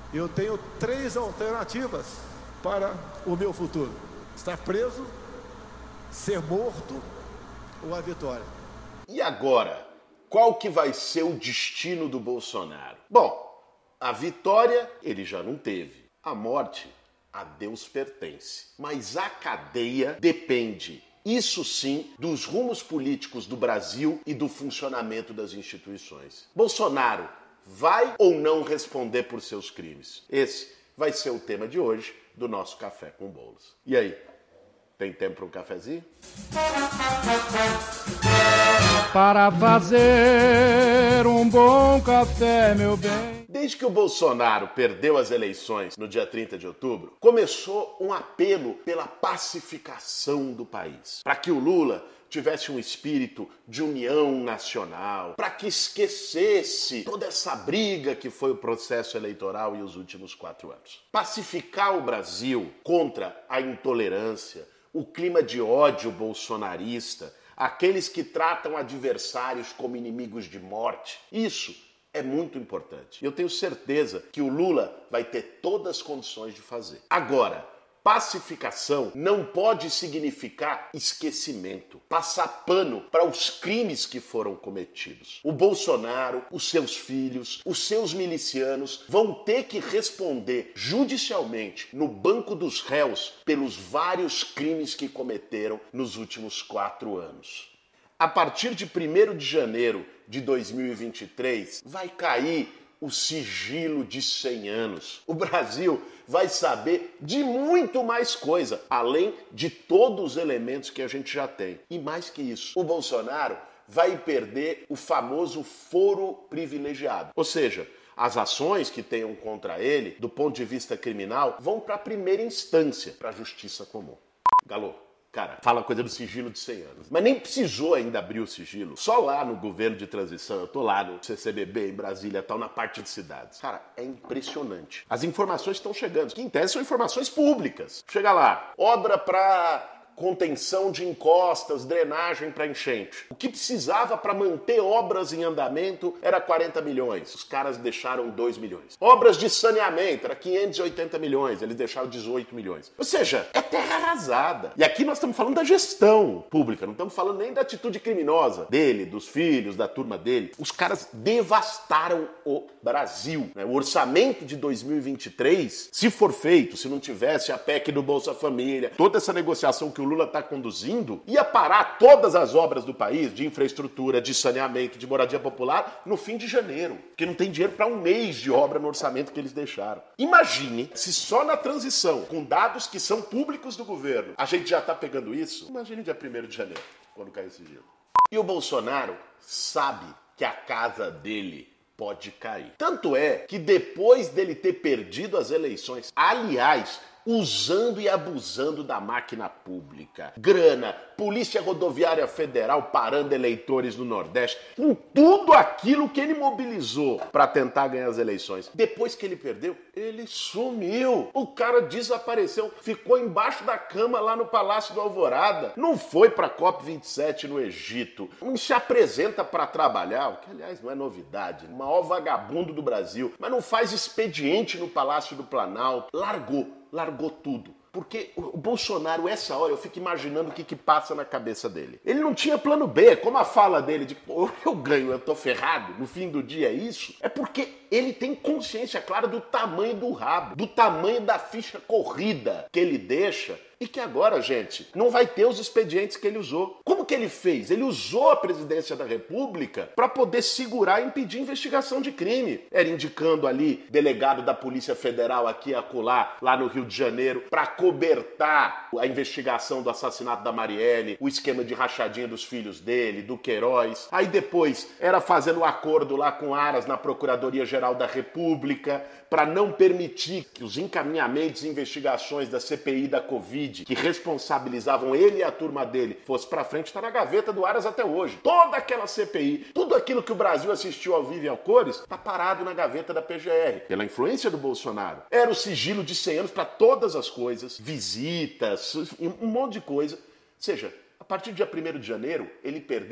Eu tenho 3 alternativas para o meu futuro: estar preso, ser morto ou a vitória. E agora, qual que vai ser o destino do Bolsonaro? Bom, a vitória ele já não teve. A morte, a Deus pertence. Mas a cadeia depende, isso sim, dos rumos políticos do Brasil e do funcionamento das instituições. Bolsonaro vai ou não responder por seus crimes? Esse vai ser o tema de hoje do nosso Café com Bolos. E aí, tem tempo para um cafezinho? Para fazer um bom café, meu bem. Desde que o Bolsonaro perdeu as eleições no dia 30 de outubro, começou um apelo pela pacificação do país, para que o Lula tivesse um espírito de união nacional, para que esquecesse toda essa briga que foi o processo eleitoral e os últimos 4 anos. Pacificar o Brasil contra a intolerância, o clima de ódio bolsonarista, aqueles que tratam adversários como inimigos de morte, isso é muito importante. Eu tenho certeza que o Lula vai ter todas as condições de fazer. Agora, pacificação não pode significar esquecimento, passar pano para os crimes que foram cometidos. O Bolsonaro, os seus filhos, os seus milicianos vão ter que responder judicialmente no banco dos réus pelos vários crimes que cometeram nos últimos 4 anos. A partir de 1º de janeiro de 2023, vai cair o sigilo de 100 anos. O Brasil vai saber de muito mais coisa, além de todos os elementos que a gente já tem. E mais que isso, o Bolsonaro vai perder o famoso foro privilegiado. Ou seja, as ações que tenham contra ele, do ponto de vista criminal, vão para a primeira instância, para a justiça comum. Galô. Cara, fala coisa do sigilo de 100 anos. Mas nem precisou ainda abrir o sigilo. Só lá no governo de transição, eu tô lá no CCBB em Brasília, tal, na parte de cidades. Cara, é impressionante. As informações estão chegando, que em tese são informações públicas. Chega lá, obra pra contenção de encostas, drenagem para enchente. O que precisava para manter obras em andamento era 40 milhões. Os caras deixaram 2 milhões. Obras de saneamento era 580 milhões. Eles deixaram 18 milhões. Ou seja, é terra arrasada. E aqui nós estamos falando da gestão pública. Não estamos falando nem da atitude criminosa dele, dos filhos, da turma dele. Os caras devastaram o Brasil. O orçamento de 2023, se for feito, se não tivesse a PEC do Bolsa Família, toda essa negociação que o Lula está conduzindo, ia parar todas as obras do país, de infraestrutura, de saneamento, de moradia popular, no fim de janeiro. Porque não tem dinheiro para um mês de obra no orçamento que eles deixaram. Imagine se só na transição, com dados que são públicos do governo, a gente já está pegando isso. Imagine dia 1º de janeiro, quando cair esse gelo. E o Bolsonaro sabe que a casa dele pode cair. Tanto é que depois dele ter perdido as eleições, aliás, usando e abusando da máquina pública, grana, Polícia Rodoviária Federal parando eleitores no Nordeste, com tudo aquilo que ele mobilizou para tentar ganhar as eleições. Depois que ele perdeu, ele sumiu. O cara desapareceu, ficou embaixo da cama lá no Palácio do Alvorada. Não foi para a COP27 no Egito. Não se apresenta para trabalhar, o que aliás não é novidade. O maior vagabundo do Brasil, mas não faz expediente no Palácio do Planalto. Largou tudo. Porque o Bolsonaro, essa hora, eu fico imaginando o que passa na cabeça dele. Ele não tinha plano B, como a fala dele de eu ganho, eu tô ferrado, no fim do dia é isso. É porque ele tem consciência clara do tamanho do rabo, do tamanho da ficha corrida que ele deixa e que agora, gente, não vai ter os expedientes que ele usou. Como que ele fez? Ele usou a presidência da República para poder segurar e impedir investigação de crime. Era indicando ali delegado da Polícia Federal aqui a acolá, lá no Rio de Janeiro, para cobertar a investigação do assassinato da Marielle, o esquema de rachadinha dos filhos dele, do Queiroz. Aí depois era fazendo um acordo lá com Aras na Procuradoria-Geral da República para não permitir que os encaminhamentos e investigações da CPI da Covid, que responsabilizavam ele e a turma dele, fosse para frente, está na gaveta do Aras até hoje. Toda aquela CPI, tudo aquilo que o Brasil assistiu ao vivo e ao cores, está parado na gaveta da PGR, pela influência do Bolsonaro. Era o sigilo de 100 anos para todas as coisas, visitas, um monte de coisa. Ou seja, a partir do dia 1º de janeiro, ele perdeu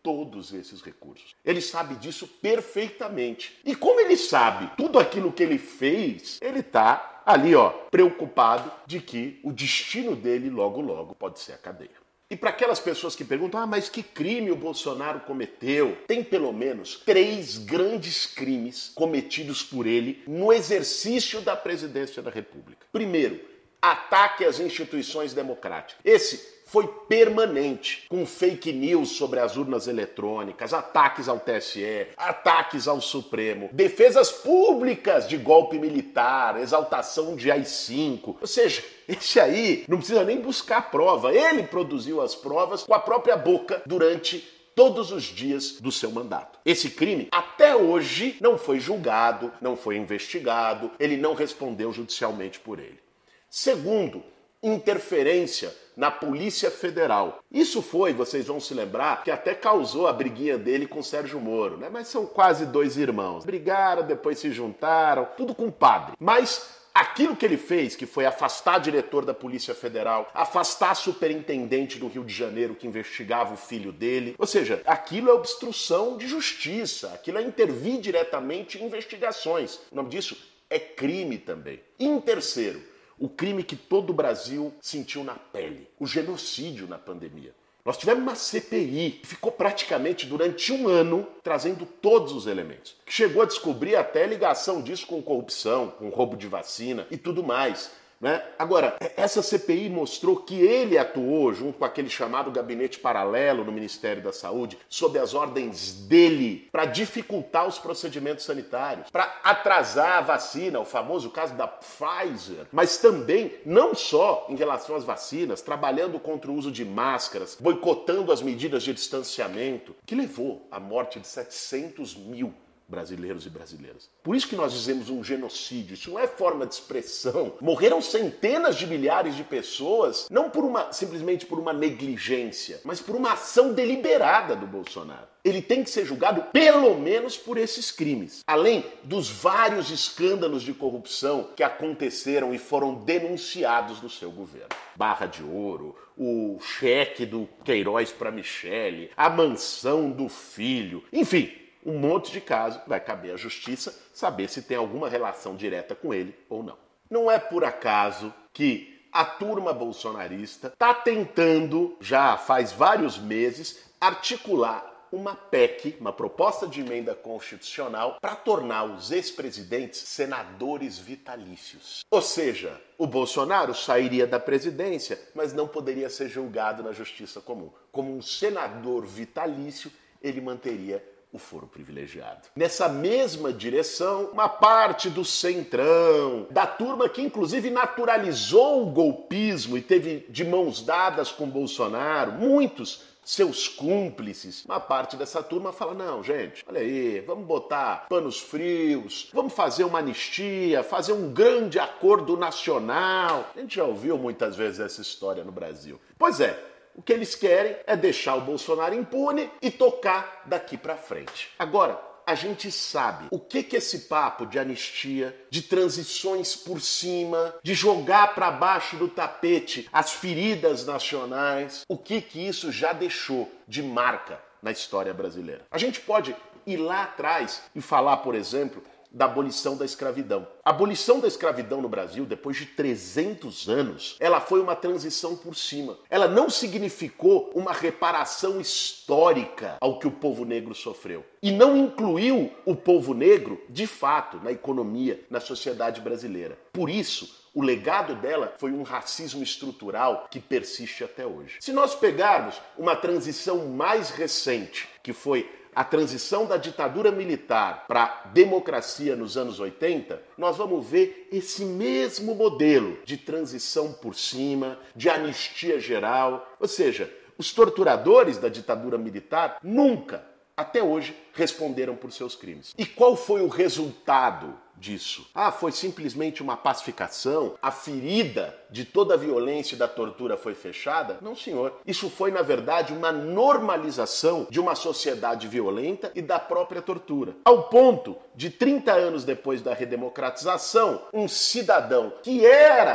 todos esses recursos. Ele sabe disso perfeitamente. E como ele sabe tudo aquilo que ele fez, ele está ali, preocupado de que o destino dele logo, logo pode ser a cadeia. E para aquelas pessoas que perguntam, mas que crime o Bolsonaro cometeu? Tem pelo menos 3 grandes crimes cometidos por ele no exercício da presidência da República. Primeiro, ataque às instituições democráticas. Esse foi permanente, com fake news sobre as urnas eletrônicas, ataques ao TSE, ataques ao Supremo, defesas públicas de golpe militar, exaltação de AI-5. Ou seja, esse aí não precisa nem buscar prova. Ele produziu as provas com a própria boca durante todos os dias do seu mandato. Esse crime, até hoje, não foi julgado, não foi investigado, ele não respondeu judicialmente por ele. Segundo, interferência na Polícia Federal. Isso foi, vocês vão se lembrar, que até causou a briguinha dele com Sérgio Moro, né? Mas são quase 2 irmãos. Brigaram, depois se juntaram, tudo com o padre. Mas aquilo que ele fez, que foi afastar diretor da Polícia Federal, afastar superintendente do Rio de Janeiro que investigava o filho dele, ou seja, aquilo é obstrução de justiça, aquilo é intervir diretamente em investigações. O nome disso é crime também. E em terceiro, o crime que todo o Brasil sentiu na pele, o genocídio na pandemia. Nós tivemos uma CPI que ficou praticamente durante 1 ano trazendo todos os elementos. Que chegou a descobrir até ligação disso com corrupção, com roubo de vacina e tudo mais, né? Agora, essa CPI mostrou que ele atuou junto com aquele chamado gabinete paralelo no Ministério da Saúde, sob as ordens dele, para dificultar os procedimentos sanitários, para atrasar a vacina, o famoso caso da Pfizer, mas também, não só em relação às vacinas, trabalhando contra o uso de máscaras, boicotando as medidas de distanciamento, que levou à morte de 700 mil brasileiros e brasileiras. Por isso que nós dizemos um genocídio. Isso não é forma de expressão. Morreram centenas de milhares de pessoas, não simplesmente por uma negligência, mas por uma ação deliberada do Bolsonaro. Ele tem que ser julgado pelo menos por esses crimes. Além dos vários escândalos de corrupção que aconteceram e foram denunciados no seu governo. Barra de Ouro, o cheque do Queiroz para Michele, a mansão do filho, enfim, um monte de casos, vai caber à justiça saber se tem alguma relação direta com ele ou não. Não é por acaso que a turma bolsonarista está tentando, já faz vários meses, articular uma PEC, uma proposta de emenda constitucional, para tornar os ex-presidentes senadores vitalícios. Ou seja, o Bolsonaro sairia da presidência, mas não poderia ser julgado na justiça comum. Como um senador vitalício, ele manteria o foro privilegiado. Nessa mesma direção, uma parte do centrão, da turma que inclusive naturalizou o golpismo e teve de mãos dadas com Bolsonaro, muitos seus cúmplices, uma parte dessa turma fala, não, gente, olha aí, vamos botar panos frios, vamos fazer uma anistia, fazer um grande acordo nacional. A gente já ouviu muitas vezes essa história no Brasil. Pois é, o que eles querem é deixar o Bolsonaro impune e tocar daqui pra frente. Agora, a gente sabe o que esse papo de anistia, de transições por cima, de jogar para baixo do tapete as feridas nacionais, o que isso já deixou de marca na história brasileira. A gente pode ir lá atrás e falar, por exemplo, da abolição da escravidão. A abolição da escravidão no Brasil, depois de 300 anos, ela foi uma transição por cima. Ela não significou uma reparação histórica ao que o povo negro sofreu. E não incluiu o povo negro, de fato, na economia, na sociedade brasileira. Por isso, o legado dela foi um racismo estrutural que persiste até hoje. Se nós pegarmos uma transição mais recente, que foi a transição da ditadura militar para a democracia nos anos 80, nós vamos ver esse mesmo modelo de transição por cima, de anistia geral. Ou seja, os torturadores da ditadura militar nunca, até hoje, responderam por seus crimes. E qual foi o resultado disso? Foi simplesmente uma pacificação? A ferida de toda a violência e da tortura foi fechada? Não, senhor. Isso foi, na verdade, uma normalização de uma sociedade violenta e da própria tortura. Ao ponto de, 30 anos depois da redemocratização, um cidadão que era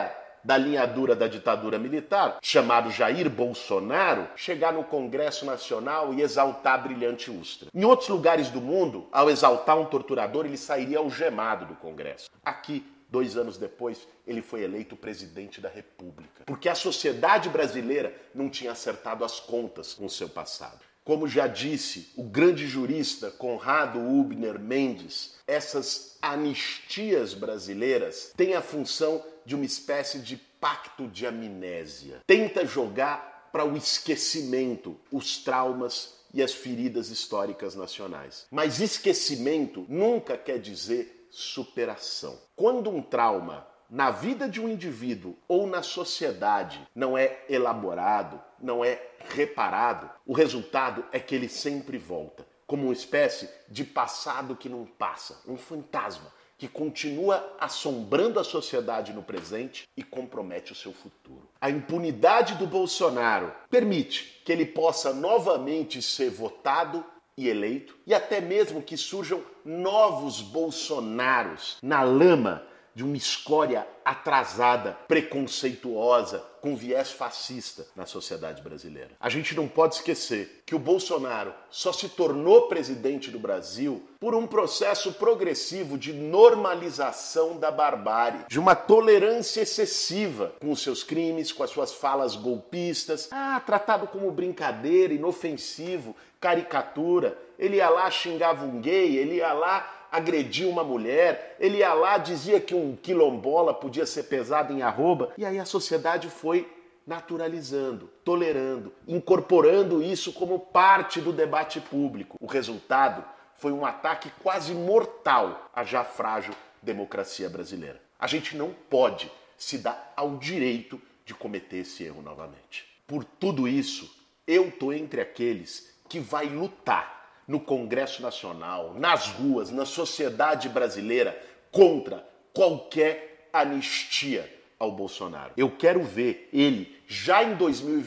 da linha dura da ditadura militar, chamado Jair Bolsonaro, chegar no Congresso Nacional e exaltar a brilhante Ustra. Em outros lugares do mundo, ao exaltar um torturador, ele sairia algemado do Congresso. Aqui, 2 anos depois, ele foi eleito presidente da República, porque a sociedade brasileira não tinha acertado as contas com o seu passado. Como já disse o grande jurista Conrado Hübner Mendes, essas anistias brasileiras têm a função de uma espécie de pacto de amnésia. Tenta jogar para o esquecimento os traumas e as feridas históricas nacionais. Mas esquecimento nunca quer dizer superação. Quando um trauma na vida de um indivíduo ou na sociedade não é elaborado, não é reparado, o resultado é que ele sempre volta, como uma espécie de passado que não passa, um fantasma que continua assombrando a sociedade no presente e compromete o seu futuro. A impunidade do Bolsonaro permite que ele possa novamente ser votado e eleito, e até mesmo que surjam novos Bolsonaros na lama de uma escória atrasada, preconceituosa, com viés fascista na sociedade brasileira. A gente não pode esquecer que o Bolsonaro só se tornou presidente do Brasil por um processo progressivo de normalização da barbárie, de uma tolerância excessiva com os seus crimes, com as suas falas golpistas, tratado como brincadeira, inofensivo, caricatura. Ele ia lá, xingava um gay, ele ia lá, agrediu uma mulher, ele ia lá, dizia que um quilombola podia ser pesado em arroba, e aí a sociedade foi naturalizando, tolerando, incorporando isso como parte do debate público. O resultado foi um ataque quase mortal à já frágil democracia brasileira. A gente não pode se dar ao direito de cometer esse erro novamente. Por tudo isso, eu tô entre aqueles que vai lutar no Congresso Nacional, nas ruas, na sociedade brasileira, contra qualquer anistia ao Bolsonaro. Eu quero ver ele, já em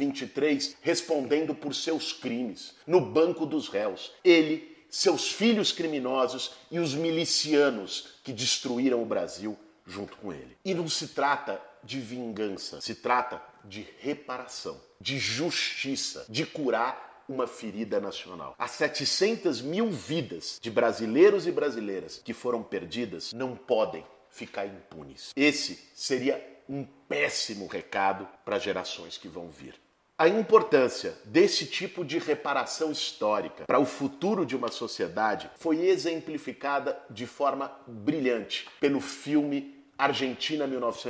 2023, respondendo por seus crimes, no banco dos réus. Ele, seus filhos criminosos e os milicianos que destruíram o Brasil junto com ele. E não se trata de vingança, se trata de reparação, de justiça, de curar uma ferida nacional. As 700 mil vidas de brasileiros e brasileiras que foram perdidas não podem ficar impunes. Esse seria um péssimo recado para gerações que vão vir. A importância desse tipo de reparação histórica para o futuro de uma sociedade foi exemplificada de forma brilhante pelo filme Argentina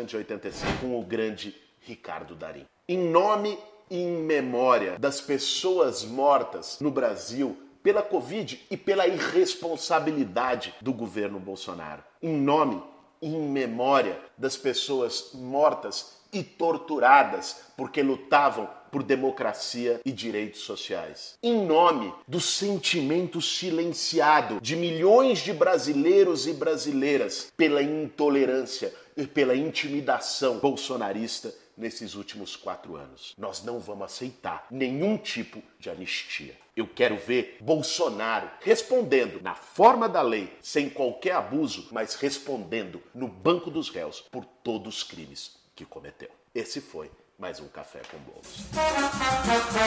1985 com o grande Ricardo Darín. Em nome e em memória das pessoas mortas no Brasil pela Covid e pela irresponsabilidade do governo Bolsonaro. Em nome e em memória das pessoas mortas e torturadas porque lutavam por democracia e direitos sociais. Em nome do sentimento silenciado de milhões de brasileiros e brasileiras pela intolerância e pela intimidação bolsonarista nesses últimos 4 anos. Nós não vamos aceitar nenhum tipo de anistia. Eu quero ver Bolsonaro respondendo na forma da lei, sem qualquer abuso, mas respondendo no banco dos réus por todos os crimes que cometeu. Esse foi mais um Café com Bolos.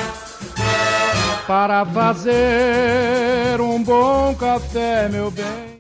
Para fazer um bom café, meu bem.